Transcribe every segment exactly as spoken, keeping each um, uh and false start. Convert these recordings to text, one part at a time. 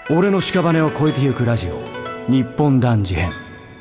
俺の屍を越えてゆくラジオ日本男児編。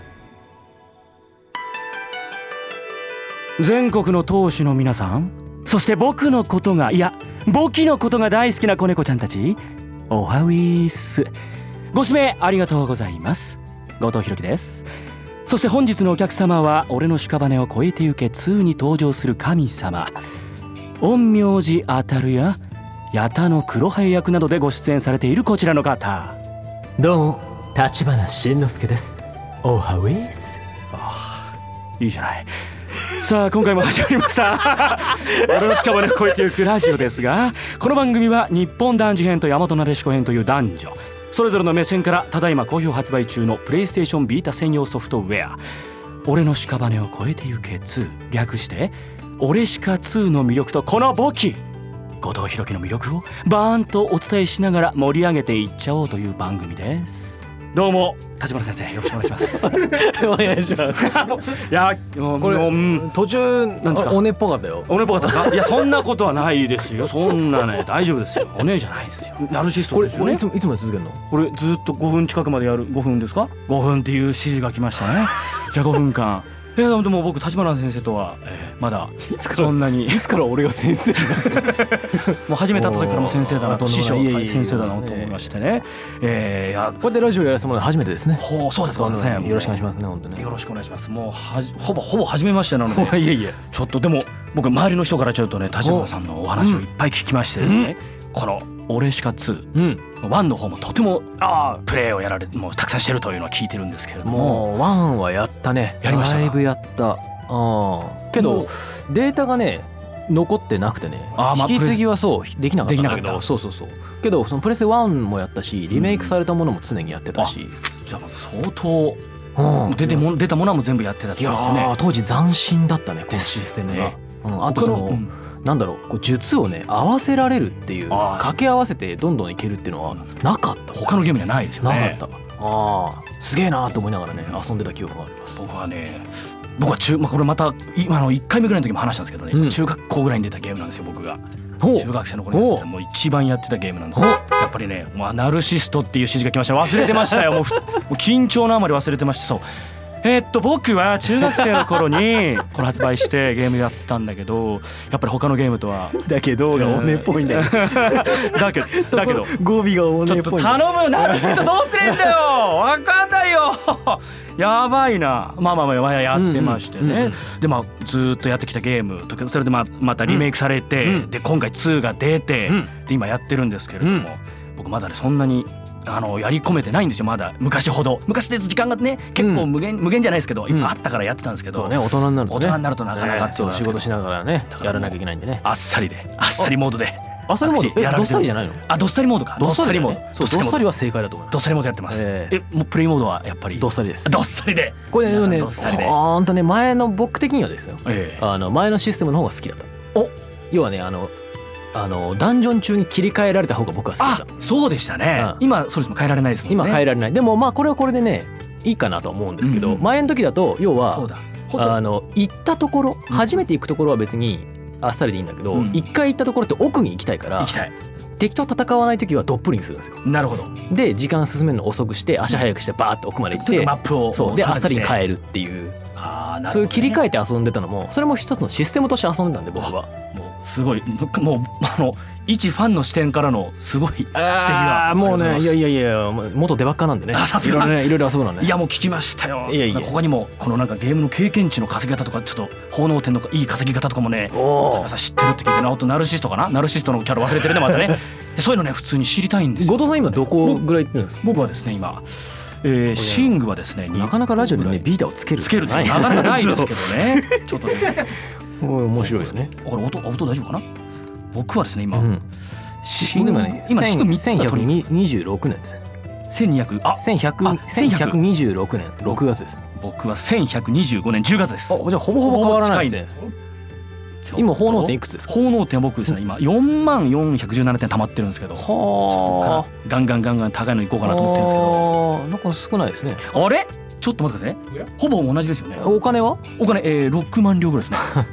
全国の当主の皆さん、そして僕のことがいや簿記のことが大好きな子猫ちゃんたち、おはウィース。ご指名ありがとうございます。後藤弘樹です。そして本日のお客様は俺の屍を越えてゆけにに登場する神様、陰陽師あたるや矢田の黒ハエ役などでご出演されているこちらの方。 どうも立花慎之介です。おはウィース。 ああ、いいじゃない。さあ今回も始まりました俺の屍を越えてゆくラジオですが、この番組は日本男児編と大和なでしこ編という男女それぞれの目線からただいま好評発売中のプレイステーションビータ専用ソフトウェア俺の屍を越えてゆけに、略して俺しかにの魅力とこの簿記後藤弘樹の魅力をバーンとお伝えしながら盛り上げていっちゃおうという番組です。どうも立花先生、よろしくお願いしますお願いしますいやこれ、うん、 途中なんですか、おねっぽかったよ。 おねっぽかったですかいやそんなことはないですよ。そんなね大丈夫ですよ。おねえじゃないですよ。ナルシストですよね。 これいつもいつまで続けるの？ これずっとごふん近くまでやる。ごふんですか？ごふんっていう指示が来ましたねじゃあごふんかんいやでも僕立花先生とは、えー、まだいつからそんなにいつから俺が先生もう始めた時からも先生だなと師匠が先生だなと思いましてね。えー、いやこうやってラジオやらせてもらうの初めてですね。 ほうそうですかね。 よろしくお願いしますね。本当によろしくお願いします。もうはじほぼほぼ初めましてなのでいえいえちょっとでも僕周りの人からちょっとね立花さんのお話をいっぱい聞きましてですね、うん、この俺しかに、うん、ワンの方もとてもあプレイをやられもうたくさんしてるというのは聞いてるんですけれども、 もうワンはやったね。 やりました。 だいぶやった。あけどデータがね残ってなくてね、あ、まあ、引き継ぎはそうできなかったんだけど、そうそうそうけどそのプレステワンもやったしリメイクされたものも常にやってたし、 うん、じゃあ相当、うん、出ても出たものはもう全部やってたってことですよね。 いや当時斬新だったねこのシステムが、うん、あとその、うん、なんだろうこう術をね合わせられるっていう掛け合わせてどんどんいけるっていうのはなかった。 他のゲームにはないですよね。 なかった。ああすげえなと思いながらね遊んでた記憶があります。 僕はね僕は中、まあ、これまた今のいっかいめぐらいの時も話したんですけどね、うん、中学校ぐらいに出たゲームなんですよ僕が。中学生の頃にやってもう一番やってたゲームなんですよ。やっぱりね、まあ、ナルシストっていう指示が来ました。忘れてましたよもうもう緊張のあまり忘れてました。そうえー、っと僕は中学生の頃にこの発売してゲームやったんだけどやっぱり他のゲームとはだけどがおねっぽいんだよだけどだけど語尾がおねっぽいんだよ。 ちょっと頼むナルシストどうすれんだよわかんないよやばいな。まあまあまあやってましてね、うんうんうんうん、でまあずっとやってきたゲームそれでまあまたリメイクされて、うん、で今回にが出て、うん、で今やってるんですけれども、うん、僕まだねそんなにあのやり込めてないんですよまだ。昔ほど昔で時間がね結構無限、うん、無限じゃないですけどいっぱいあったからやってたんですけど、 そうね大人になるとね大人になるとなかなかっていうのは、 えー、仕事しながらねやらなきゃいけないんでね。 あっさりであっさりモードであっさりモードえどっさりじゃないの？ あどっさりモードかどっさりモードそうどっさりは正解だと思います。 どっさりモードやってます、えー、えもうプレイモードはやっぱりどっさりです。 どっさりでこれねほんとね前の僕的にはですよ、えー、あの前のシステムの方が好きだった。お要はねあのあのダンジョン中に切り替えられた方が僕は好きだった。 そうでしたね、うん、今そうですも変えられないですもんね。 今変えられない。でもまあこれはこれでねいいかなと思うんですけど、うんうん、前の時だと要はそうだあの行ったところ、うん、初めて行くところは別にあっさりでいいんだけど、うん、一回行ったところって奥に行きたいから行きたい敵と戦わない時はどっぷりにするんですよ。 なるほど。 で時間進めるの遅くして足早くしてバーッと奥まで行って、うん、マップをそうであっさりに変えるっていう、あーなるほどね、そういう切り替えて遊んでたのもそれも一つのシステムとして遊んでたんで僕はもうすごいもうあの一ファンの視点からのすごい指摘があもうねいやいやいや元デバッカーなんでねさすがいろいろねいろいろ遊ぶのね。 いやもう聞きましたよ。いやいや他にもこのなんかゲームの経験値の稼ぎ方とかちょっと奉納点のいい稼ぎ方とかもね皆さん知ってるって聞いてな。あとナルシストかなナルシストのキャラ忘れてるねまたねそういうのね普通に知りたいんですよ。 後藤さん今どこぐらい行ってるんですか？ 僕はですね今えー、シングはですねなかなかラジオでねビータをつけるつけるなかなかないですけどねちょっとね面白いですね。 これ音音大丈夫かな。僕はですね今、うん、 今ね今せんひゃくにじゅうろくねんですよ。 せんにひゃくあせんひゃくにじゅうろくねんろくがつです。 僕はせんひゃくにじゅうごねんじゅうがつです。 あじゃあほぼほぼ変わらないですね。今奉納点いくつですか？ 奉納点は僕ですね今よんまんよんひゃくじゅうななてん溜まってるんですけど、はあガンガンガンガン高いのいこうかなと思ってるんですけど、 なんか少ないですね。 あれちょっと待ってくださいね。ほぼ同じですよね。 お金はお金、えー、ろくまんりょうぐらいですね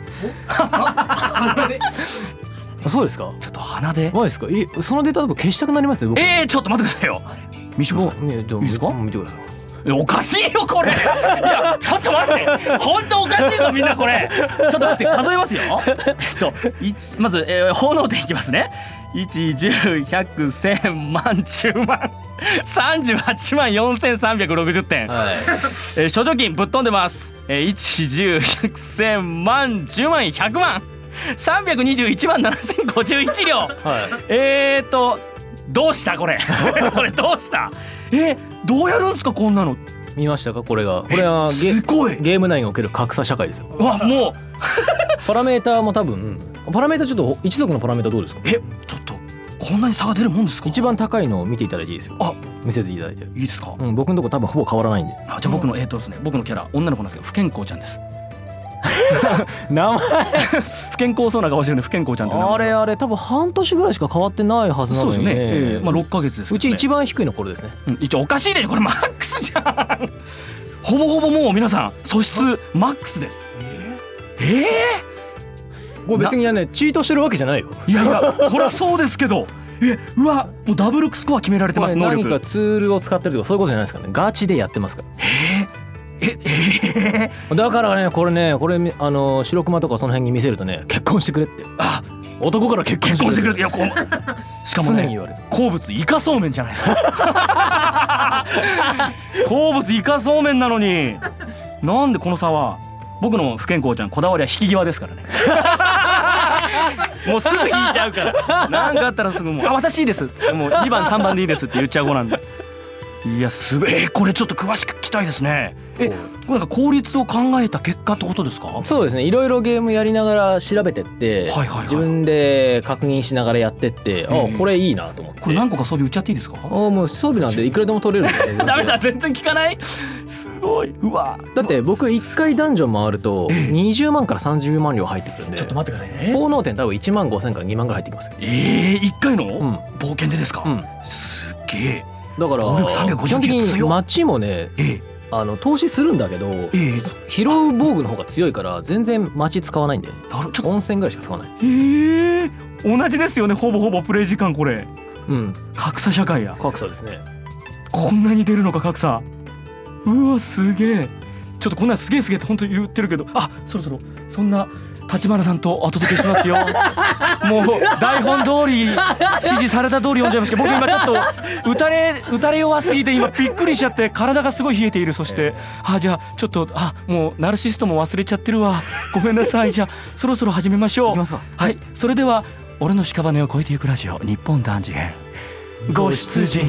そうですか。 ちょっと鼻でマジですか。えそのデータ消したくなりますよ。 えー、ちょっと待ってくださいよ。 見せてください。 ね、じゃあいいですか？ 見てください。 おかしいよこれ。いやちょっと待って、本当おかしいぞみんなこれ。ちょっと待って数えますよ。えっと一まず、えー、奉納点いきますね。いち、じゅう、ひゃく、せん、万、じゅうまん、さんじゅうはちまんよんせんさんびゃくろくじゅってん、はい、えー、諸貯金ぶっ飛んでます。えー、いち、じゅう、ひゃく、せん、万、じゅうまん、ひゃくまん、さんびゃくにじゅういちまんななせんごじゅういちりょう、はい、えーっとどうしたこれこれどうした。えー、どうやるんすかこんなの。 見ましたか？これがこれはゲすごいゲーム内における格差社会ですよ。 うわもうパラメーターも多分パラメーターちょっと一族のパラメーターどうですか？ えちょっとこんなに差が出るもんですか？ 一番高いのを見ていただいていいですよ。あ、見せていただいていいですか？ うん、僕のとこ多分ほぼ変わらないんで。 あ、じゃあ僕のえーっとですね僕のキャラ女の子なんですけど不健康ちゃんです。 名前不健康そうな顔してるんで不健康ちゃんって名前。 あれあれ多分半年ぐらいしか変わってないはずなのにね。 そうですね、えー、まあろっかげつですけどね。 うち一番低いのこれですね、 うん、一応おかしいでしょこれマックスじゃん。ほぼほぼもう皆さん素質マックスです。えー、えー、これ別にねチートしてるわけじゃないよ。 いやいやそりゃそうですけどえうわもうダブルスコア決められてます。能力何かツールを使ってるとかそういうことじゃないですかね。ガチでやってますから。 えーええー、だからねこれねこれあの白熊とかその辺に見せるとね結婚してくれって。あ、男から結婚してくれって。いやこうしかもね言われる好物イカそうめんじゃないですか。好物イカそうめんなのになんでこの差は。僕の不健康ちゃんこだわりは引き際ですからね。もうすぐ引いちゃうからなんかあったらすぐもうあ私いいですもうにばんさんばんでいいですって言っちゃう子なんで。いやすごい、えー、これちょっと詳しく聞きたいですね。えこれなんか効率を考えた結果ってことですか？ そうですね、いろいろゲームやりながら調べてって、はいはいはい、自分で確認しながらやってって、えー、あこれいいなと思って。 これ何個か装備売っちゃっていいですか？ あもう装備なんでいくらでも取れるんで。 ダメだ全然効かない。すごい。うわだって僕いっかいダンジョン回るとにじゅうまんからさんじゅうまん両入ってくるんで。 ちょっと待ってくださいね。 奉納点多分いちまんごせんからにまんぐらい入ってきますよ。 えー、いっかいの、うん、冒険でですか？うん、すげえ。だから基本的に街もね、ええ、あの投資するんだけど、ええ、拾う防具の方が強いから全然街使わないんで、ね、温泉ぐらいしか使わない。 へえ同じですよねほぼほぼプレイ時間これ。うん、格差社会や。 格差ですね。 こんなに出るのか格差。うわすげえ。ちょっとこんなすげえすげえって本当に言ってるけど、あそろそろそんな立花さんとお届けしますよ。もう台本通り指示された通り読んじゃいますけど、僕今ちょっと打たれ打たれ弱すぎて今びっくりしちゃって体がすごい冷えている。そしてあじゃあちょっとあもうナルシストも忘れちゃってるわごめんなさい。じゃあそろそろ始めましょう。いきますわ。はいそれでは俺の屍を越えていくラジオ日本男児編ご出陣。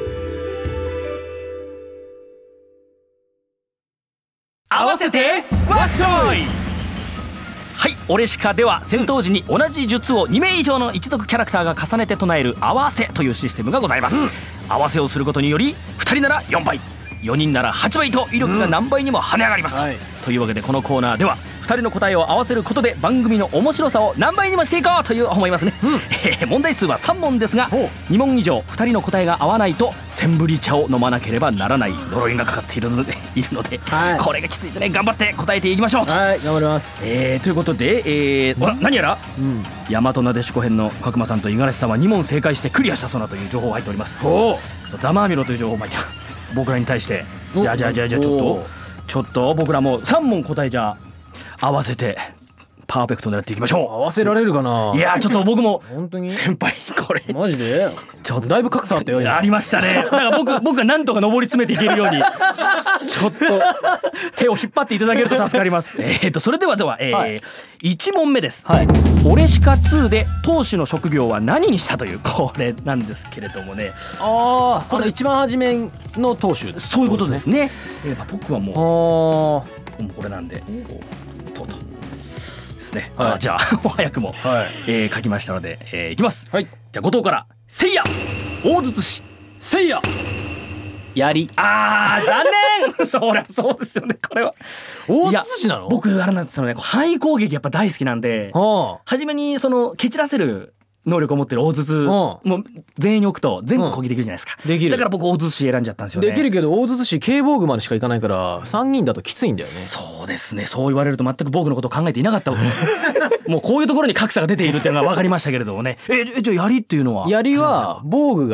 合わせてわっしょい。はい、オレシカでは戦闘時に同じ術をにめい以上の一族キャラクターが重ねて唱える合わせというシステムがございます、うん、合わせをすることによりふたりならよんばいよにんならはちばいと威力が何倍にも跳ね上がります、うんはい、というわけでこのコーナーではふたりの答えを合わせることで番組の面白さを何倍にもしていこうという思いますね、うんえー、問題数はさんもんですがにもん以上ふたりの答えが合わないとセンブリ茶を飲まなければならない呪いがかかっているのでいるので、はい、これがきついですね。頑張って答えていきましょう。 はい頑張ります、 えー、ということで、えー、何やら、うん、大和なでしこ編の角間さんと五十嵐さんはにもん正解してクリアしたそうなという情報が入っております。ざまあみろという情報を巻いた僕らに対してじゃあじゃあじゃあじゃあちょっとちょっと僕らもさんもん答えじゃ合わせてパーフェクト狙っていきましょう。 合わせられるかな。 いやちょっと僕も本当に先輩これマジでちょっとだいぶ格差あったよ。 ありましたね。だから僕僕がなんとか上り詰めていけるようにちょっと手を引っ張っていただけると助かります。えっとそれではでは、えーはい、いちもんめです、はい、オレシカツーで当主の職業は何にしたというこれなんですけれどもね。 ああこれ一番初めの当主そういうことですね。えー、僕はもうもうこれなんでとうとうですね、はい、あじゃあ早くも、はいえー、書きましたので、えー、いきます、はい、じゃあ後藤からせいや大筒氏せいややりあー残念そりゃそうですよね。これは大筒氏なの。 僕あれなんですよね範囲攻撃やっぱ大好きなんで、はあ、初めにその蹴散らせる能力を持ってる大筒、うん、もう全員に置くと全部攻撃できるじゃないですか、うん、できる。だから僕大筒氏選んじゃったんですよね。 できるけど大筒氏軽防具までしかいかないからさんにんだときついんだよね。 そうですねそう言われると全く防具のことを考えていなかったもうこういうところに格差が出ているっていうのが分かりましたけれどもね。えじゃあ槍っていうのは槍は防具が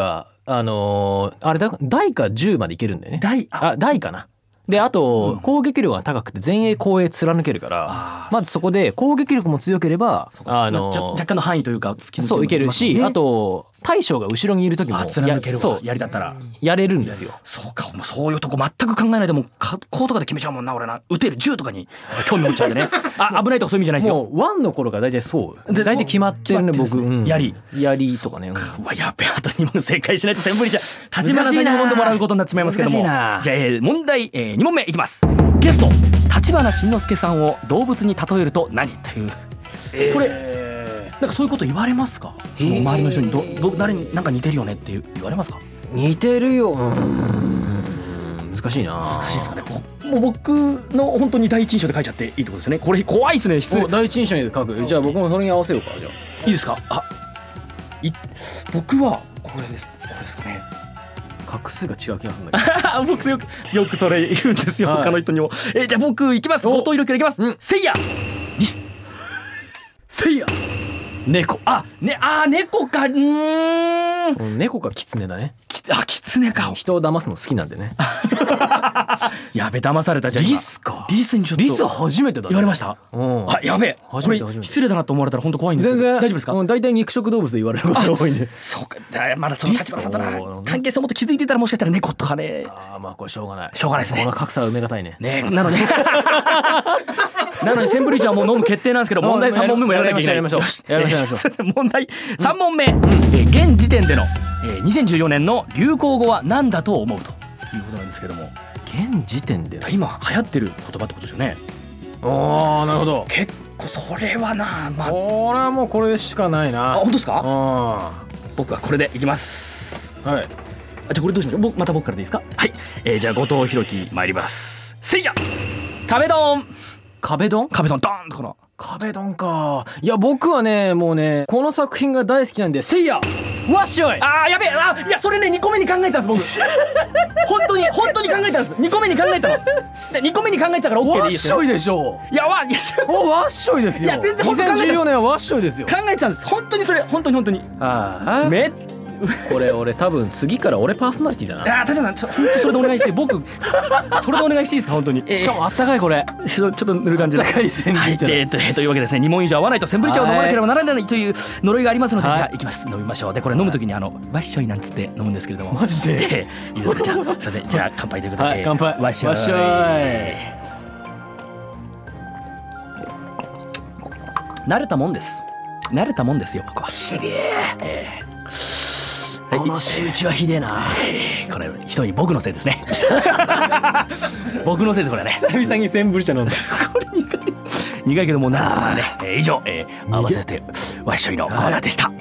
あのー、あれだ大かじゅうまでいけるんだよね。 大あ大かな。であと、うん、攻撃力が高くて前衛後衛貫けるからまずそこで攻撃力も強ければあのー、若干の範囲というかそういけるし、ね、あと大将が後ろにいる時も貫けるわやりだったらやれるんですよ。 そうかもうそういうとこ全く考えないでもこうとかで決めちゃうもんな俺な。撃てる銃とかに興味持っちゃうんでねあ危ないとかそういう意味じゃないですよ。 もうワンの頃から大体そう大体決まってるね僕、うん、 やりやりとかね。 うわやべえあとに問正解しないとセンブリ茶立花さんにも飲んでもらうことになってしまいますけどもじゃあ、えー、問題、えー、に問目いきます。ゲスト立花慎之介さんを動物に例えると何という、えー、これなんかそういうこと言われますか？その周りの人にどど誰になんか似てるよねって言われますか？ 似てるよ。うーん難しいな。 難しいですかね。もう僕の本当に第一印象で書いちゃっていいってことですね。これ怖いですね。失礼。 第一印象に書く。じゃあ僕もそれに合わせようか。じゃあいいですか？あい僕はこれですこれですかね。 画数が違う気がするんだけど僕よくよくそれ言うんですよ、はい、他の人にも。えじゃあ僕いきます。後藤弘樹いきます、うん、せいやリスせいや猫あねあ猫かうーん猫かキツネだね。 あキツネか。 人を騙すの好きなんでねやべ騙された。じゃあリスか。 リスにちょっとリス初めてだね言われました。あやべ初めて初めて。 失礼だなと思われたら本当怖いんですけど全然大丈夫ですか？ 大体肉食動物で言われることが多いんで。 そうかまだその立花さんとの関係性をもっと気づいていたらもしかしたら猫とかね。 あまあこれしょうがないしょうがないですね。 この格差は埋めがたいね。 ねなのになのにセンブリ茶はもう飲む決定なんですけど問題さん問目もやらなきゃいけない。 やりましょうやりましょうやりましょう。 問題さん問目、うん、え現時点での、えー、にせんじゅうよねんの流行語は何だと思うということなんですけども。 現時点で今流行ってる言葉ってことですよね。 ああなるほど。 結構それはなまあこれはもうこれしかないな。 あ本当ですか？あ僕はこれでいきます。はい。あじゃあこれどうしましょう。僕また僕からでいいですか？はい、えー、じゃあ後藤弘樹参ります。せいや壁ドン壁ドン壁ドンドーンとこの壁ドンか。いや僕はねもうねこの作品が大好きなんでせいやわっしょい。 あーやべえあいやそれねにこめに考えたんです僕本当に本当に考えたんです。にこめに考えたのでにこめに考えたから OK でいいですよ。 わっしょいでしょ。 いやわいやわっしょいですよ。 いや全然本当にせんじゅうよねんはわっしょいですよ。 考えてたんです本当にそれ本当に本当に。 ああめこれ俺多分次から俺パーソナリティだな。 あ立花さんちょ本当それでお願いして僕それでお願いしていいですか本当に。 しかもあったかいこれちょっと塗る感じで。 あったかいセンブリ茶、 はいえー、とというわけですねに問以上合わないとセンブリ茶を飲まなければならないという呪いがありますので、はい、じゃあいきます飲みましょう。でこれ飲むときにあのわっしょいなんつって飲むんですけれどもマジで、 えー、いいですかじゃあすいませんじゃあ乾杯ということで、 はい、乾杯わっしょい。 わっしょい慣れたもんです慣れたもんですよ僕は。しびえーこの仕打ちはひでえな。 これ一人僕のせいですね僕のせいですこれね。 久々にセンブリ茶飲んだこれ苦い苦いけどもうなね、えー、以上、えー、合わせてわっしょいのコーナーでした、はい、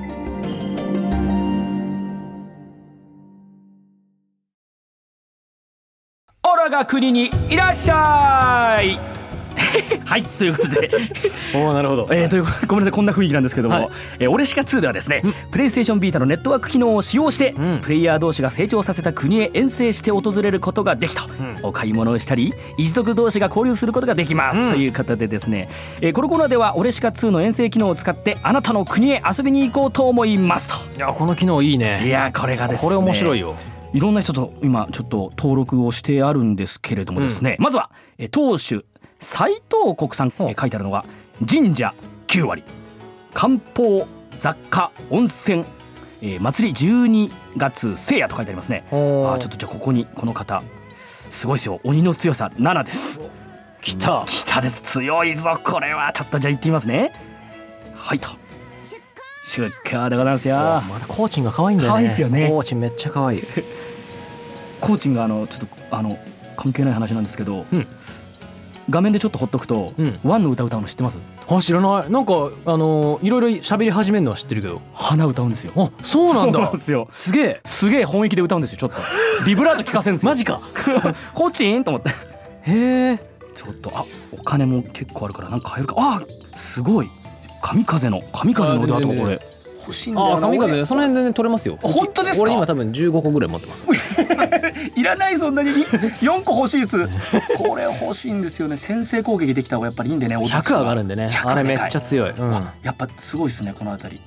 オラが国にいらっしゃいはいということでおなるほど、 えー、というごめんなさいこんな雰囲気なんですけども、はいえー、オレシカツーではですね、うん、プレイステーションビータのネットワーク機能を使用して、うん、プレイヤー同士が成長させた国へ遠征して訪れることができた、うん、お買い物をしたり一族同士が交流することができます、うん、という方でですね、えー、このコーナーではオレシカツーの遠征機能を使ってあなたの国へ遊びに行こうと思いますと。 いやこの機能いいね。 いやこれがですねこれ面白いよ。 いろんな人と今ちょっと登録をしてあるんですけれどもですね、うん、まずはえ当主斉藤国さん、え書いてあるのが神社きゅうわり漢方雑貨温泉、えー、祭りじゅうにがつ聖夜と書いてありますね。あちょっとじゃあここにこの方すごいですよ鬼の強さななです。 きたきたです強いぞこれは。ちょっとじゃあ行ってみますね。はいと出荷でございますよ。 またコーチンが可愛いんだよね。 可愛いですよね。 コーチンめっちゃ可愛いコーチンがあのちょっとあの関係ない話なんですけど、うん画面でちょっとほっとくと、うん、ワンの歌歌うの知ってます？ あ知らない。なんかあのー、いろいろ喋り始めるのは知ってるけど花歌うんですよ。 あそうなんだ。 そうなんですよ。 すげえすげえ本気で歌うんですよ。ちょっとビブラート聞かせるんですよ。 マジかコーチンと思ってへえちょっとあお金も結構あるからなんか買えるか。あすごい神風の神風の歌とかこれ欲しいんだよな。 あ神風その辺で、ね、取れますよ。 本当ですか？ 俺今多分じゅうごこぐらい持ってますいらないそんなによんこ欲しいです。これ欲しいんですよね。先制攻撃できた方がやっぱりいいんでね。 ひゃく上がるんでね。あれめっちゃ強い、うん、 やっぱすごいですねこのあたり。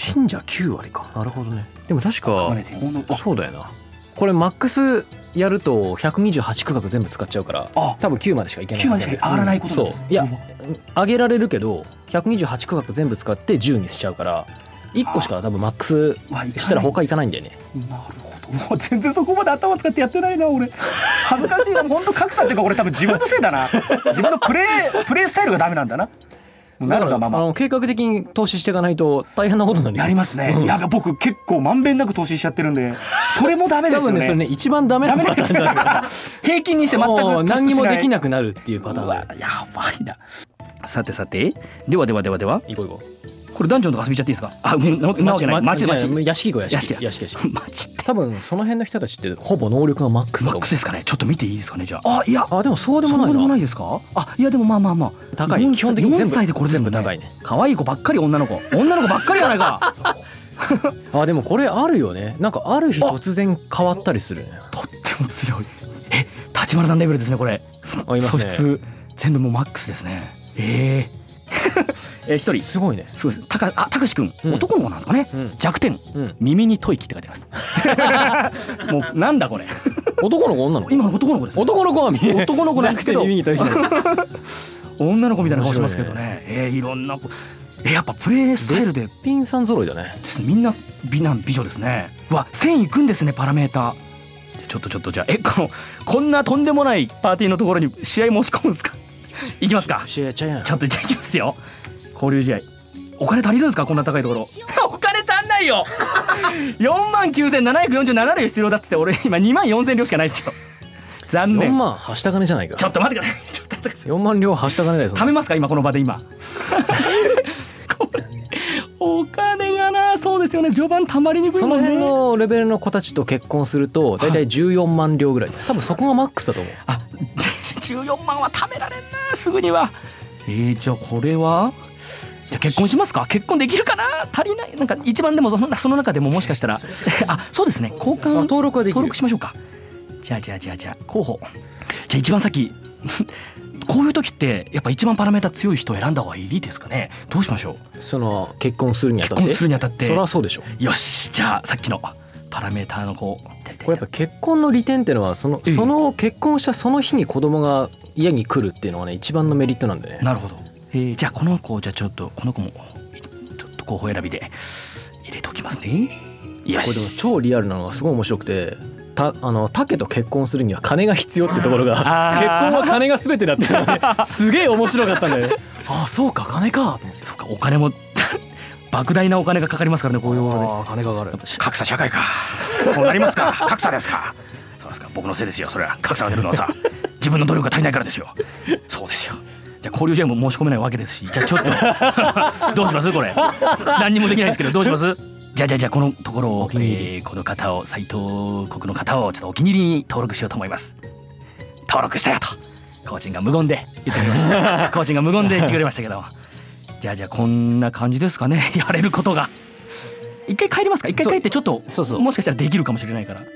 信者きゅうわりか。なるほどね。でも確かそうだよな。これマックスやるとひゃくにじゅうはち区画全部使っちゃうから、多分きゅうまでしかいけない。 きゅうまでしか上がらないことなんです。 そういや上げられるけどひゃくにじゅうはち区画全部使ってじゅうにしちゃうから、いっこしか多分マックスしたら他いかないんだよね。 なるほど。もう全然そこまで頭使ってやってないな俺。恥ずかしいな。本当格差っていうか、これ多分自分のせいだな。自分のプレープレースタイルがダメなんだな。 だからまあの計画的に投資していかないと大変なことになるよ。 なりますね。うん、やべ僕結構まんべんなく投資しちゃってるんで、それもダメですよね。 多分ねそれね一番ダメなパターンだから。 平均にして全く何にもできなくなるっていうパターンだ。 やばいな。さてさて、ではではではでは。 行こう行こう。 これダンジョンとか遊びちゃっていいですか？あ、なわけない。町町屋敷行こう屋敷屋敷屋敷。町って多分その辺の人たちってほぼ能力がマックスだと思う。 マックスですかね。ちょっと見ていいですかねじゃあ。あいや。 あでもそうでもないな。 そうでもないですか？あいやでもまあまあまあ高い。基本的に全部よんさいでこれ全部高いね。可愛い子ばっかり女の子女の子ばっかりやないか。 あでもこれあるよね。なんかある日突然変わったりするね。 とっても強い。え立花さんレベルですねこれ。 あいますね。 素質全部もうマックスですね。ええ。え一人すごいね。 そうです。たかあたかしくん、うん、男の子なんですかね。うん、弱点、うん、耳に吐息って書いてます。もうなんだこれ。 男の子女の子？ 今の男の子です、ね。男の子は男の子なんですけど耳に吐息。女の子みたいな顔しますけどね。ねえー、いろんなえやっぱプレースタイルでべっぴんさん揃いだね。 ですみんな美男美女ですね。わせんいくんですねパラメーター。ちょっとちょっとじゃあえこのこんなとんでもないパーティーのところに試合申し込むんですか？いきますか。 試合やっちゃいな。 ちょっとじゃあいきますよ。交流試合。お金足りるんですかこんな高いところ。お金足んないよ。よんまんきゅうせんななひゃくよんじゅうなな両必要だっつって俺今にまんよんせん両しかないですよ。残念。 よんまんはした金じゃないか。 ちょっと待ってください。ちょっと待ってください。 よんまん両はした金だよ。 貯めますか今この場で今。これお金がなそうですよね。序盤たまりにくいもんね。 その辺のレベルの子たちと結婚するとだいたいじゅうよんまん両ぐらい。多分そこがマックスだと思う。あじゅうよんまんは貯められんなすぐには。えー、じゃあこれはじゃあ結婚しますか？結婚できるかな？足りないなんか一番でもその、その中でももしかしたらあそうですね交換登録はできる。 登録しましょうか。じゃあじゃあじゃあじゃあ候補じゃあ一番先こういう時ってやっぱ一番パラメータ強い人を選んだ方がいいですかね。どうしましょう。 その結婚するにあたって結婚するにあたってそりゃそうでしょ。 よしじゃあさっきのパラメータのこうこれやっぱ結婚の利点っていうのはその、その結婚したその日に子供が家に来るっていうのがね一番のメリットなんでね。 なるほど。えー、じゃあこの子じゃあちょっとこの子もちょっと候補選びで入れておきますね。よし。 これでも超リアルなのがすごい面白くて、たあのタケと結婚するには金が必要ってところが結婚は金が全てだっていうのがねすげえ面白かったんだよね。ああそうか金か。 そうかお金も莫大なお金がかかりますからねこういうもので。 ああ金かかる。 格差社会か。そうなりますか。格差ですか。そうですか僕のせいですよそれは。格差が出るのはさ自分の努力が足りないからですよ。そうですよ。じゃあ交流試合も申し込めないわけですしじゃあちょっとどうしますこれ。何にもできないですけどどうします。じゃあじゃあじゃあこのところを、えー、この方を斉藤国の方をちょっとお気に入りに登録しようと思います。登録したよとコーチンが無言で言ってくれました。コーチンが無言で言ってくれましたけどじゃあじゃあこんな感じですかね。やれることが一回帰りますか。一回帰ってちょっとそうそうもしかしたらできるかもしれないから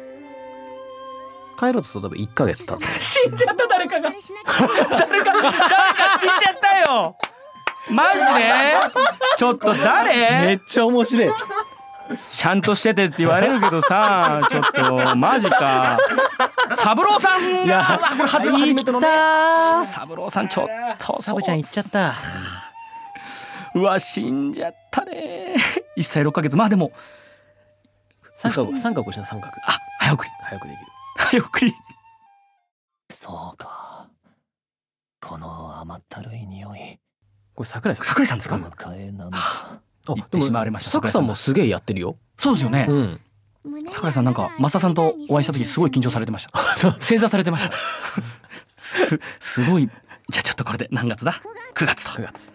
帰ろうとすると多分いっかげつ経つ。 死んじゃった誰かが誰か誰か死んじゃったよマジで。ちょっと誰めっちゃ面白い。 ちゃんとしててって言われるけどさちょっとマジか。三郎さんいやこれ初めてのね三郎さんちょっとサブちゃん行っちゃった。 うわ死んじゃったね。いっさいろっかげつ。まあでも三角三角した三角。 あ早送り早くできる。 早送り。 そうかこの甘ったるい匂い。 これ桜井さん。 桜井さんですか。 迎えなのか。 あ言ってしまわれました。桜井さんもすげえやってるよ。 そうですよね。 うん。 桜井さんなんか増田さんとお会いした時すごい緊張されてました。正座されてました。すすごい。じゃあちょっとこれで何月だ。くがつと。 くがつ。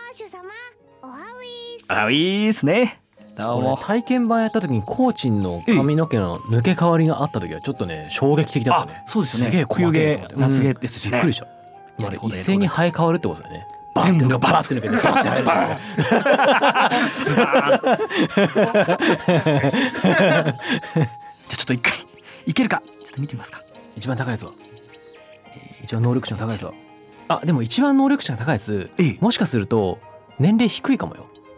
あいいですね。 体験版やった時にコーチンの髪の毛の抜け変わりがあった時はちょっとね衝撃的だったね。 そうですね。 すげえ冬毛夏毛ですしね。 びっくりした。一斉に生え変わるってことだよね。 全部がバーって抜けてバーってバーじゃあちょっと一回いけるかちょっと見てみますか。 一番高いやつは、えー、一番能力値の高いやつはあでも一番能力値が高いやつ、ええ、もしかすると年齢低いかもよ。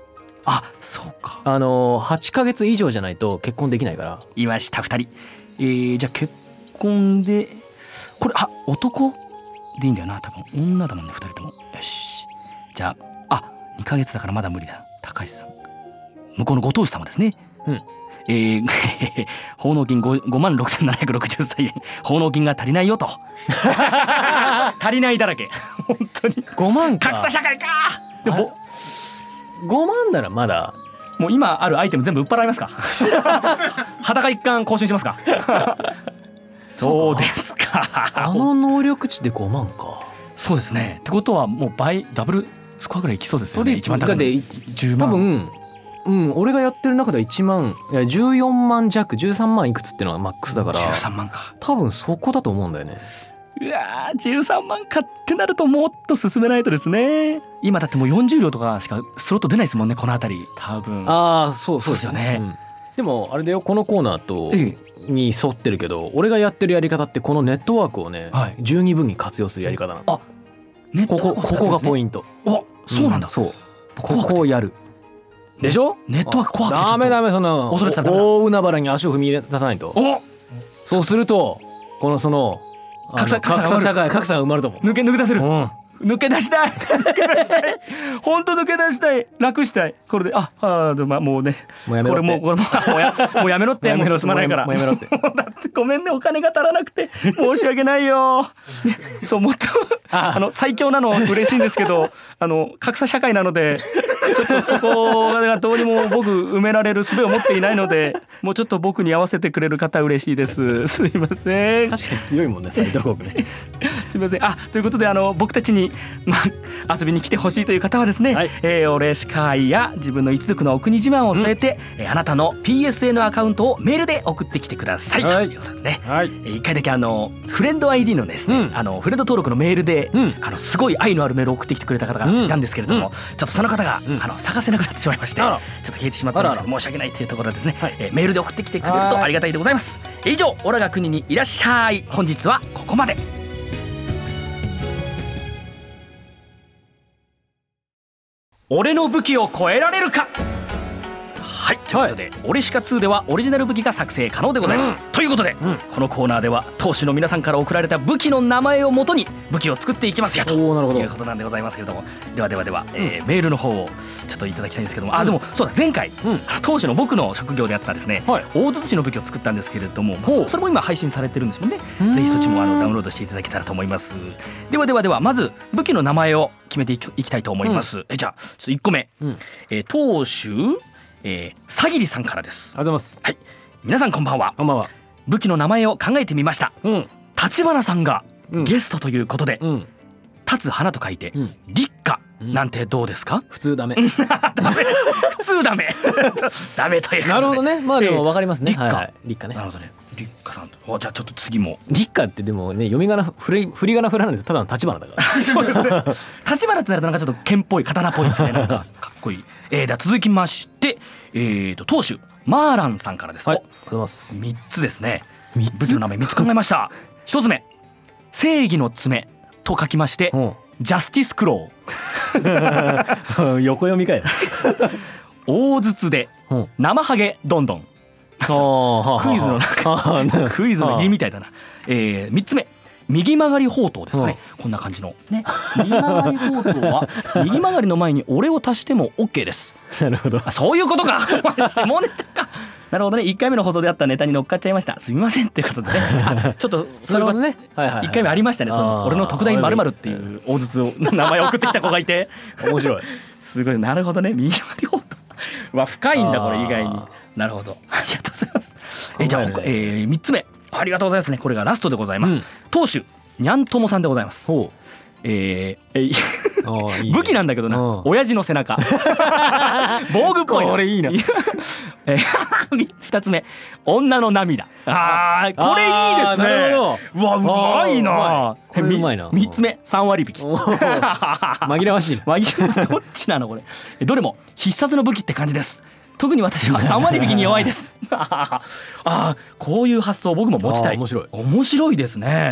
あ、そうか。 あのはちかげつ以上じゃないと結婚できないから。 いましたふたり。えー、じゃあ結婚でこれあ男でいいんだよな多分。女だもんねふたりとも。よし、じゃああにかげつだからまだ無理だ。高橋さん向こうのご当主様ですね。 うん。 えー、奉納金 ごまんろくせんななひゃくろくじゅうさんえん奉納金が足りないよと足りないだらけ本当に。 ごまんか。 格差社会か。でもごまんならまだ。 もう今あるアイテム全部売っ払いますか裸一貫更新しますかそうですか。 あの能力値でごまんか。 そうですね。ってことはもう倍ダブルスコアぐらいいきそうですよね。一番高いだってじゅうまん。 多分うん、俺がやってる中ではいちまんいやじゅうよんまん弱じゅうさんまんいくつっていうのがマックスだからじゅうさんまんか。 多分そこだと思うんだよね。 うわーじゅうさんまんかってなるともっと進めないとですね。今だってもうよんじゅう両とかしかスロット出ないですもんねこの辺り多分。 ああそうそうですよね、 そうですよね、 うん、でもあれだよこのコーナーとええに沿ってるけど俺がやってるやり方ってこのネットワークをね、 はい、 十二分に活用するやり方なの。 あネットここここがポインント。 ト。おそうなんだ、 うん、そうこ怖くてこをやるでしょ。 ネットワーク怖くてちょっとダメダメそんな恐れてたらダメだ大海原に足を踏み入れ出さないと。 おそうするとこのその格差あの格差社会格差が生まれると思う。 抜け抜け出せる、 うん抜け出したい抜け出したい本当抜け出したい楽したいこれでああでもまあもうねもうやめろってこれもうこれももうやもうやめろってもう進まないからもうやめろってもうだってごめんねお金が足らなくて申し訳ないよ、ね、そうもっとあの最強なの嬉しいんですけどあの格差社会なのでちょっとそこがどうにも僕埋められる術を持っていないのでもうちょっと僕に合わせてくれる方嬉しいですすいません。 確かに強いもんね斉藤国ねすみません。あということであの僕たちに、まあ、遊びに来てほしいという方はですね、はい、えー、お礼司会や自分の一族のお国自慢を添えて、うん、えー、あなたの ピーエスエヌ アカウントをメールで送ってきてください、はい、ということでね、はい、えー、いっかいだけあのフレンド アイディー のですね、うん、あのフレンド登録のメールで、うん、あのすごい愛のあるメールを送ってきてくれた方がいたんですけれども、うん、ちょっとその方が、うん、あの探せなくなってしまいまして、ちょっと消えてしまったんですけど申し訳ないというところでですね、はい、えー、メールで送ってきてくれるとありがたいでございます。以上オラが国にいらっしゃい本日はここまで。俺の武器を超えられるか。はい、ということで、はい、俺しかツーではオリジナル武器が作成可能でございます、うん、ということで、うん、このコーナーでは当主の皆さんから送られた武器の名前をもとに武器を作っていきますよということなんでございますけれども、ではではでは、うん、えー、メールの方をちょっといただきたいんですけども、あでもそうだ前回、うん、当主の僕の職業であったですね、はい、大筒市の武器を作ったんですけれども、まあ、それも今配信されてるんですもんね。ぜひそっちもあのダウンロードしていただけたらと思います。ではではではまず武器の名前を決めていきたいと思います、うん、えじゃあちょっといっこめ、うん、えー、当主えー、さぎりさんからです。 ありがとうございます。 はい、皆さんこんばんは。 こんばんは。 武器の名前を考えてみました。 うん、 立花さんがゲストということで、うん、立つ花と書いて、うん、立花なんてどうですか？ 普通ダメ。 ダメ普通ダメダメということで。 なるほどね。まあでもわかりますね。 立花、 はいはい、立花ね。 なるほどね。立花さんと、おじゃあちょっと次も立花ってでもね読み仮名振り振り仮名振らないとただの立花だからそうですね。立花ってなるとなんかちょっと剣っぽい刀っぽいですね。なんかかっこいい。えー、では続きまして、えー、と当主マーランさんからです。 はい、ありがとうございます。 みっつですね。武器の名前みっつ考えました。ひとつめ正義の爪と書きまして、うん、ジャスティスクロー横読みかよ大筒で、うん、生ハゲどんどんクイズの中クイズの入りみたいだな。えー、みっつめ右曲がり砲塔ですかね、うん、こんな感じのね。右曲がり砲塔は右曲がりの前に俺を足しても OK です。 なるほど。 そういうことか下ネタか。なるほどね。いっかいめの放送であったネタに乗っかっちゃいました。すみませんということでねちょっとそれはねいっかいめありましたね。その俺の特大〇〇っていう大筒を名前を送ってきた子がいて面白い。すごい。なるほどね。右曲がり砲塔は深いんだこれ意外に。なるほど。ありがとうございます。えじゃあ、えー、みっつめありがとうございますね。これがラストでございます、うん、当主にゃんともさんでございます。ほう、えー、えいいい武器なんだけどな、親父の背中防具っぽいな。 これいいな。 えー、ふたつめ女の涙。あーこれいいですね。 なるほど。うわうまいな。 これうまいな。 みっつめさんわり引き紛らわしいな。 紛らどっちなのこれ。どれも必殺の武器って感じです。特に私はさんわり引きに弱いですああこういう発想僕も持ちたい。 面白い面白いですね。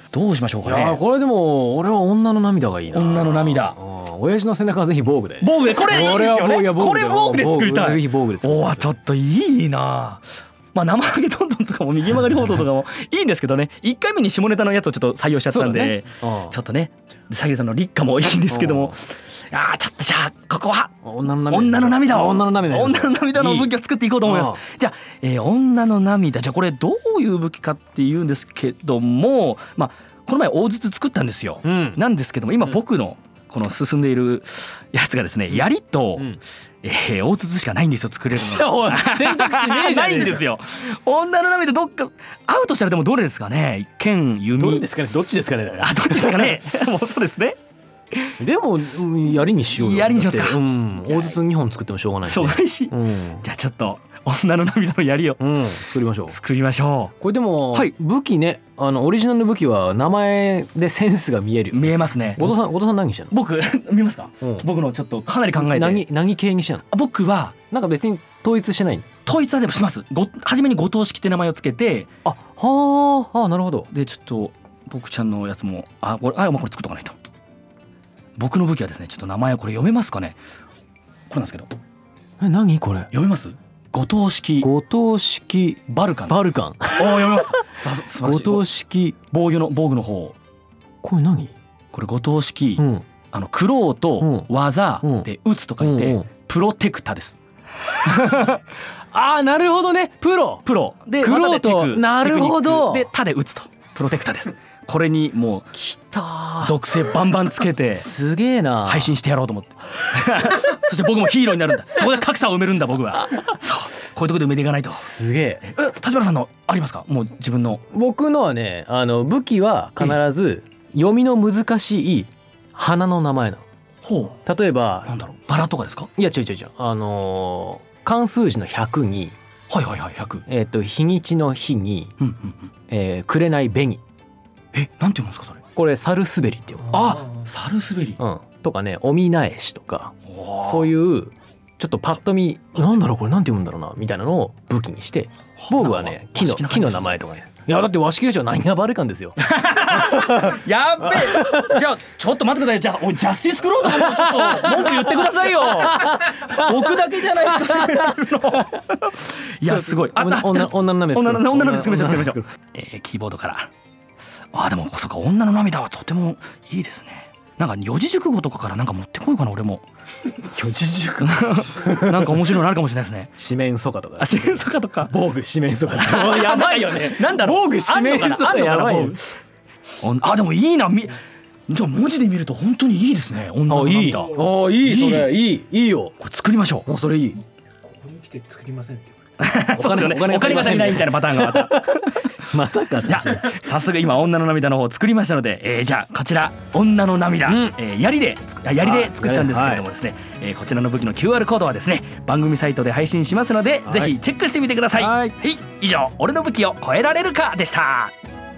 どうしましょうかいやね。 これでも俺は女の涙がいいな。 女の涙。 親父の背中はぜひ防具で。 防具でこれいいですよね。これ防具で作りたい。 ぜひ防具で作りたい。 おおちょっといいな。まあ生揚げどんどんとかも右曲がり報道とかもいいんですけどね、いっかいめに下ネタのやつをちょっと採用しちゃったんで、ね、ちょっとねさゆりさんの立夏もいいんですけども、ああちょっとじゃあここは女の涙女の涙を女の涙女の涙の武器を作っていこうと思います。じゃあ、えー、女の涙、じゃあこれどういう武器かっていうんですけども、まあこの前大筒作ったんですよ、うん、なんですけども今僕のこの進んでいるやつがですね、槍と、うんえー、大筒しかないんですよ、作れるの選択肢ねえじゃねえないんですよ。女の涙どっか合うとしたらでもどれですかね。剣、弓、 どれですかね、どっちですかね。 あどっちですかねもうそうですね。 でも槍にしようよ。 槍にしますか。 うん、大筒にほん作ってもしょうがないし、ね、 しょうがないし、うん、じゃあちょっと女の涙の槍を、うん、 作りましょう作りましょう。 これでも、はい、武器ね、あのオリジナルの武器は名前でセンスが見える。 見えますね。 後藤さん、後藤さん何してんの？ 僕見ますか、うん、僕のちょっとかなり考えて何何系にしてんの？ 僕はなんか別に統一してない。 統一はでもします。ご初めに後藤式って名前をつけて、 あはあ、あなるほど。 でちょっと僕ちゃんのやつもあこれあまあこれ作っとかないと。僕の武器はですね、ちょっと名前これ読めますかね。これなんですけど、 え何これ読めます？後藤式後藤式バルカン。 バルカン。 お読めますか。さすが後藤式防御の防具の方。 これ何？ これ後藤式、うん、あのクローと技で打つと書いて、うんうん、プロテクタです。 あーなるほどね。プロプロでクローとなるほどで他で打つとプロテクタです。これにもうきた属性バンバンつけてすげえな配信してやろうと思ってそして僕もヒーローになるんだ。そこで格差を埋めるんだ僕は。そうこういうところで埋めていかないと。 すげえ。 え立花さんのありますか？もう自分の。 僕のはね、あの武器は必ず読みの難しい花の名前なの。 ほう。 例えばなんだろう、バラとかですか？ いや違う違う違う、あのー、漢数字のひゃくに、 はいはいはいひゃく、 えっ、ー、と日にちの日に、うんうんうん、えー、紅紅。 えなんて読むんですかそれ？ これサルスベリっていう。 あサルスベリ、 うん、とかね、おみなえしとか、そういうちょっとパッと見なんだろうこれなんて読むんだろうなみたいなのを武器にして、防具はね木の木の名前とかね。いやだって和式でしょ、何がバルカンですよ。 やっべえ。じゃあちょっと待ってください。じゃあおジャスティスクロードもちょっと文句言ってくださいよ。僕だけじゃないですか。いやすごい。あ女女の涙女の女の涙作りましょう作りましょう。えー、キーボードから。あでもそうか、女の涙はとてもいいですね。なんか四字熟語とかからなんか持ってこようかな俺も。 四字熟語なんか面白いのあるかもしれないですね。 四面楚歌とか。 あ四面楚歌とか。 防具四面楚歌。やばいよね。 なんだろう。 防具四面楚歌やばいよ。 あでもいいな。みでも文字で見ると本当にいいですね。女の涙。 あいい。いいそれいいいいよ。 これ作りましょう。 もうそれいい。 ここに来て作りませんって。 お金お金お金が足りないみたいなパターンがまた。 またか。 じゃあ早速今女の涙の方を作りましたので、えー、じゃあこちら女の涙、うん、えー、槍で槍で作ったんですけれどもですね、はい、えー、こちらの武器の キューアール コードはですね番組サイトで配信しますので、はい、ぜひチェックしてみてください。はい、はい、以上俺の武器を超えられるかでした。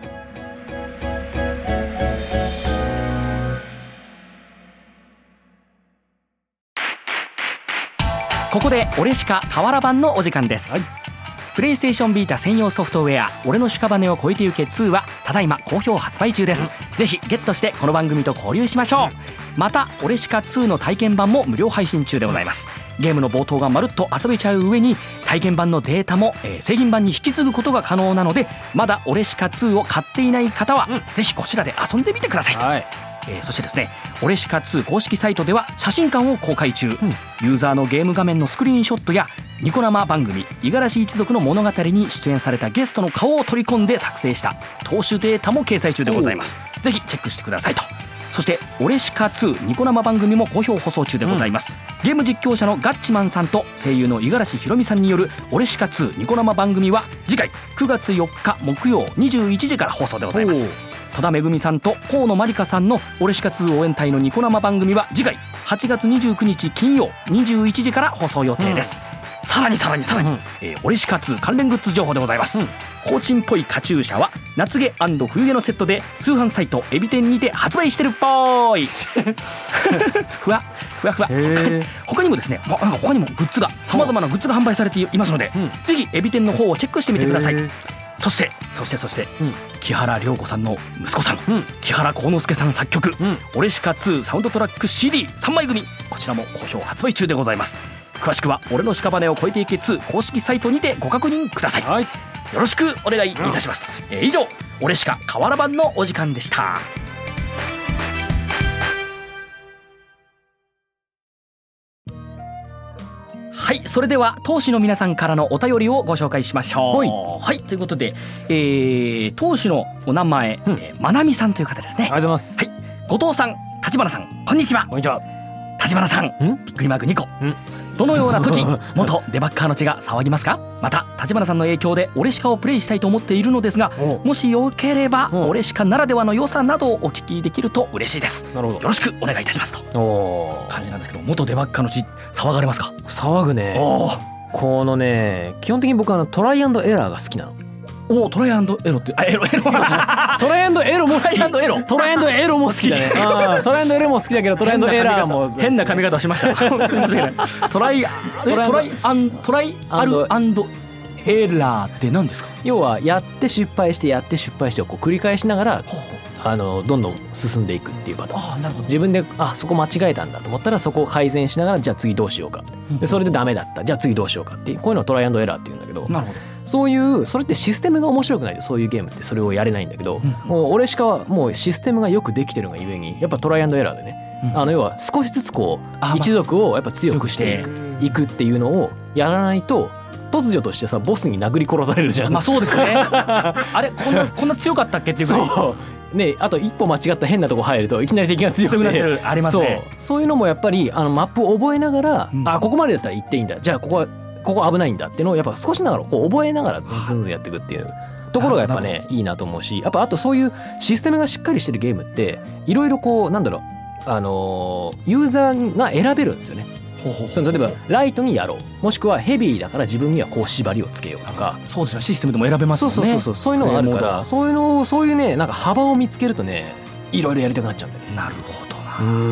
ここで俺しか俵版のお時間です。はい、プレイステーションビータ専用ソフトウェア俺の屍を越えてゆけツーはただいま好評発売中です。うん、ぜひゲットしてこの番組と交流しましょう。うん、また俺しかツーの体験版も無料配信中でございます。ゲームの冒頭がまるっと遊べちゃう上に体験版のデータも、えー、製品版に引き継ぐことが可能なので、まだ俺しかツーを買っていない方は、うん、ぜひこちらで遊んでみてくださいと。はい、えー、そしてですね俺しかツー公式サイトでは写真館を公開中。うん、ユーザーのゲーム画面のスクリーンショットやニコ生番組五十嵐一族の物語に出演されたゲストの顔を取り込んで作成した投手データも掲載中でございます。ぜひチェックしてくださいと。そして俺しかツーニコ生番組も好評放送中でございます。うん、ゲーム実況者のガッチマンさんと声優の五十嵐ひろみさんによる俺しかツーニコ生番組は次回くがつよっか木曜にじゅういちじから放送でございます。戸田めぐみさんと河野まりかさんの俺しかツー応援隊のニコ生番組は次回はちがつにじゅうくにち金曜にじゅういちじから放送予定です。うん、さらにさらにさらに、うん、えー、俺しかツー関連グッズ情報でございます。うん、コーチンっぽいカチューシャは夏毛&冬毛のセットで通販サイトエビ天にて発売してるっぽい。ふわふわふわ。他にもですね、ま、なんか他にもグッズがさまざまなグッズが販売されていますので、うん、ぜひエビ天の方をチェックしてみてください。 そしてそしてそして、 うん、 木原涼子さんの息子さん、 うん、 木原幸之助さん作曲、 うん、 オレシカツーサウンドトラック シーディーさん 枚組、こちらも好評発売中でございます。詳しくは俺の屍を越えていけツー公式サイトにてご確認ください、はい、よろしくお願いいたします、うん、えー、以上オレシカ河原版のお時間でした。はい、それでは当主の皆さんからのお便りをご紹介しましょう。はい、はい、ということで、えー、当主のお名前、うん、えー、まなみさんという方ですね。 ありがとうございます。 はい、後藤さん、立花さん、こんにちは。 こんにちは。 立花さん、びっくりマークにこ。どのような時元デバッカーの血が騒ぎますか？また立花さんの影響でオレシカをプレイしたいと思っているのですが、もしよければオレシカならではの良さなどをお聞きできると嬉しいです。なるほど、よろしくお願いいたしますと感じなんですけど、元デバッカーの血騒がれますか？ 騒ぐね。このね、基本的に僕はあのトライアンドエラーが好きなの。おトライアンドエロってあエロエロトライアンドエロも好き。トライアンドエロトライアンドエロも好きだね。あトライアンドエロも好きだけどトライアンドエラーも変な髪型をしました。トライトライアントライアルアンドエラーって何ですか？ 要はやって失敗してやって失敗してをこう繰り返しながらあのどんどん進んでいくっていうパターン。あ、なるほど。自分であそこ間違えたんだと思ったらそこを改善しながらじゃあ次どうしようか、でそれでダメだったじゃあ次どうしようかっていう、こういうのをトライアンドエラーっていうんだけど。なるほど。そういうそれってシステムが面白くないとそういうゲームってそれをやれないんだけど、うん、もう俺しかはもうシステムがよくできてるがゆえにやっぱトライアンドエラーでね、うん、あの要は少しずつこう一族をやっぱ強くしていく、いくっていうのをやらないと突如としてさボスに殴り殺されるじゃん。 まあそうですね。あれこんなこんな強かったっけっていうぐらい。 そうね、あと一歩間違った変なとこ入るといきなり敵が強くなってるありますね。 そう、そういうのもやっぱりあのマップを覚えながら、うん、あここまでだったら行っていいんだ、じゃあここはここ危ないんだっていうのをやっぱ少しながらこう覚えながらずんずんやっていくっていうところがやっぱねいいなと思うし、やっぱあとそういうシステムがしっかりしてるゲームっていろいろこうなんだろう、あのー、ユーザーが選べるんですよね。ほうほうほう。その例えばライトにやろう、もしくはヘビーだから自分にはこう縛りをつけようとか。 そうですね、システムでも選べますもんね。 そうそうそう、そういうのがあるから、そういうのをそういうねなんか幅を見つけるとねいろいろやりたくなっちゃうんだよね。 なるほどな。うん、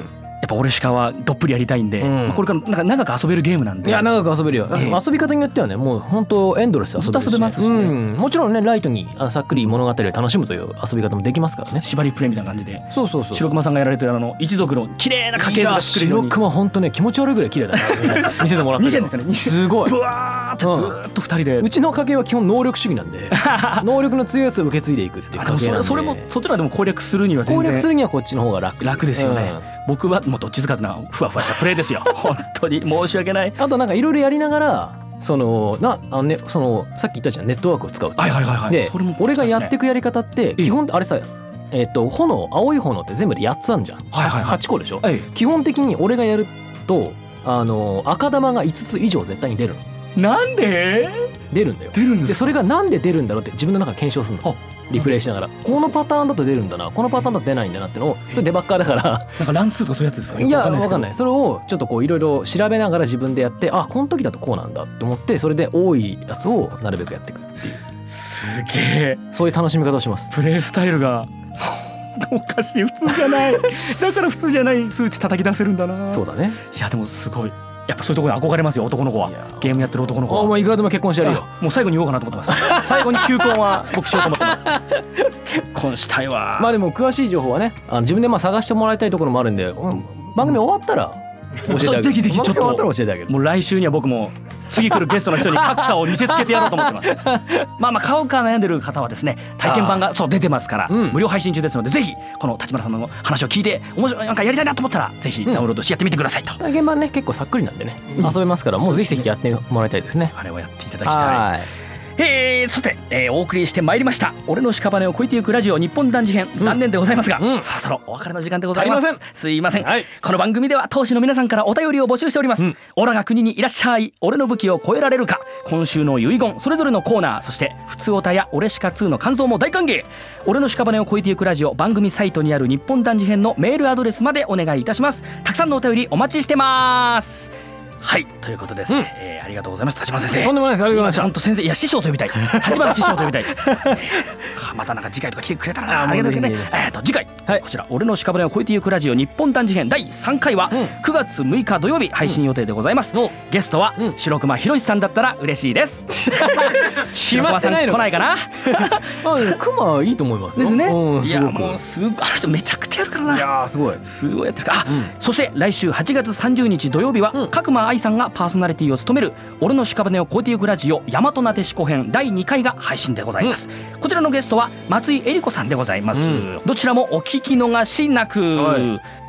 やっぱオレシカはどっぷりやりたいんで、うん、これからなんか長く遊べるゲームなんで。 いや長く遊べるよ、えー、遊び方によってはねもう本当エンドレス遊べるし、ね、 ずっと遊べますしね、うん、 もちろんねライトにあのさっくり物語を楽しむという遊び方もできますからね。 縛りプレイみたいな感じで。 そうそうそう、 白熊さんがやられてるあの一族の綺麗な家系図が作れるように。 白熊本当ね気持ち悪いぐらい綺麗だな見せてもらったけど。見せんですよね。すごいブワーってずっとふたりで、 うん、うちの家系は基本能力主義なんで能力の強いやつを受け継いでいくっていう家系なんで。それ、 それもそちらでも攻略するには全然攻略するにはこっちの方が楽楽ですよね、うん、僕はもうどっちつかずなふわふわしたプレイですよ本当に申し訳ない。 あとなんかいろいろやりながらそのなあの、ね、そのさっき言ったじゃんネットワークを使うって。 はいはいはいはい。 で、ね、俺がやっていくやり方って基本あれさ、えー、と炎青い炎って全部でやっつあるじゃん、はいはいはい、はちこでしょ、はい、基本的に俺がやるとあの赤玉がいつつ以上絶対に出るの。 なんで出るんだよ。 出るんですか。 でそれがなんで出るんだろうって自分の中で検証するの。リプレイしながらこのパターンだと出るんだな、このパターンだと出ないんだなってのを、それデバッカーだからなんか乱数とかそういうやつですか？ いや分かんない。それをちょっとこういろいろ調べながら自分でやって、あこの時だとこうなんだって思って、それで多いやつをなるべくやっていくっていう、 すげえそういう楽しみ方をします。 プレイスタイルがおかしい、普通じゃないだから普通じゃない数値叩き出せるんだな。 そうだね。 いやでもすごい、やっぱそういうところに憧れますよ、男の子は。ゲームやってる男の子は。 もういくらでも結婚してやるよ。 もう最後に言おうかなと思ってます最後に求婚は僕しようと思ってます結婚したいわ。 まあでも詳しい情報はねあの自分でまあ探してもらいたいところもあるんで、うん、番組終わったら教えてあげる。 ぜひぜひちょっと終わったら教えてあげる。 もう来週には僕も次来るゲストの人に格差を見せつけてやろうと思ってますまあまあ買うか悩んでる方はですね、体験版がそう出てますから、うん、無料配信中ですので、ぜひこの立花さんの話を聞いて面白いなんかやりたいなと思ったらぜひダウンロードしてやってみてくださいと、うん、 体験版ね結構さっくりなんでね、うん、遊べますから、もうぜひぜひやってもらいたいですね。 あれはやっていただきたい。えー、さて、えー、お送りしてまいりました俺の屍を越えていくラジオ日本男児編、残念でございますが、うん、そろそろお別れの時間でございます。すいません、はい、この番組では当主の皆さんからお便りを募集しております、うん、オラが国にいらっしゃい、俺の武器を超えられるか、今週の遺言、それぞれのコーナー、そしてふつおたやオレシカツーの感想も大歓迎。俺の屍を越えていくラジオ番組サイトにある日本男児編のメールアドレスまでお願いいたします。たくさんのお便りお待ちしてます。 はいということですね、うんえー、ありがとうございます立花先生。 とんでもないです。ありがとうございました。 本当先生いや師匠と呼びたい立花師匠と呼びたい、えー、またなんか次回とか来てくれたらなありがたいですね。えーと次回、はい、こちら俺の屍を越えてゆくラジオ日本男児編だいさんかいはくがつむいか土曜日配信予定でございます、うん、ゲストは、うん、白熊博さんだったら嬉しいです決まってないの来ないかな熊いいと思いますよですね。 うん、 いやもうすごいあの人めちゃくちゃやるからな。 いやすごいすごいやってるか、うん、そして来週はちがつさんじゅうにち土曜日は、うん、角間愛さんがパーソナリティを務める俺の屍を越えてゆくラジオ大和なでしこ編だいにかいが配信でございます、うん、こちらのゲストは松井絵里子さんでございます、うん、どちらもお聞き逃しなく、はい、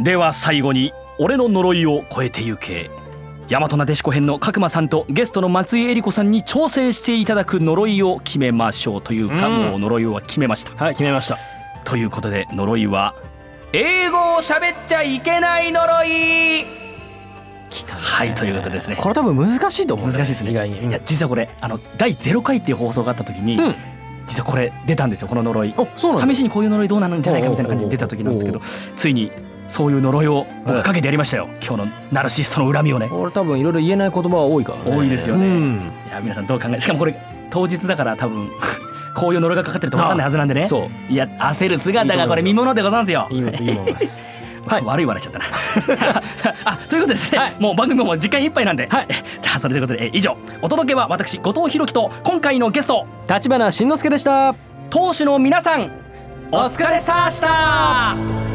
では最後に俺の呪いを越えてゆけ大和なでしこ編の角間さんとゲストの松井絵里子さんに挑戦していただく呪いを決めましょうというか、うん、もう呪いは決めました。 はい決めました。 ということで呪いは英語を喋っちゃいけない呪い。 来たね。 はいということですね。 これ多分難しいと思う、 ね、難しいですね意外に、うん、いや実はこれあのだいゼロかいっていう放送があった時に、うん、実はこれ出たんですよこの呪い。 そうなんだ。 試しにこういう呪いどうなるんじゃないかみたいな感じで出た時なんですけどついにそういう呪いを僕がかけてやりましたよ、はい、今日のナルシストの恨みをね。 俺多分いろいろ言えない言葉は多いからね。 多いですよね、うん、いや皆さんどう考えしかもこれ当日だから多分こういう呪いがかかってると分かんないはずなんでね。そういや焦る姿がこれ見ものでございますよ。 いいと思いますはい、悪い笑いしちゃったなあということでですね、はい、もう番組も時間いっぱいなんで、はい、じゃあそれということで以上お届けは私後藤弘樹と今回のゲスト立花慎之介でした。 当主の皆さんお疲れさました。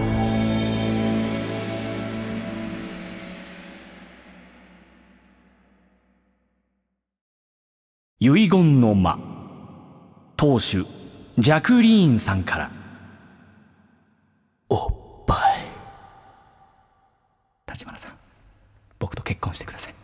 遺言の間当主ジャクリーンさんから。おっぱい立花さん僕と結婚してください。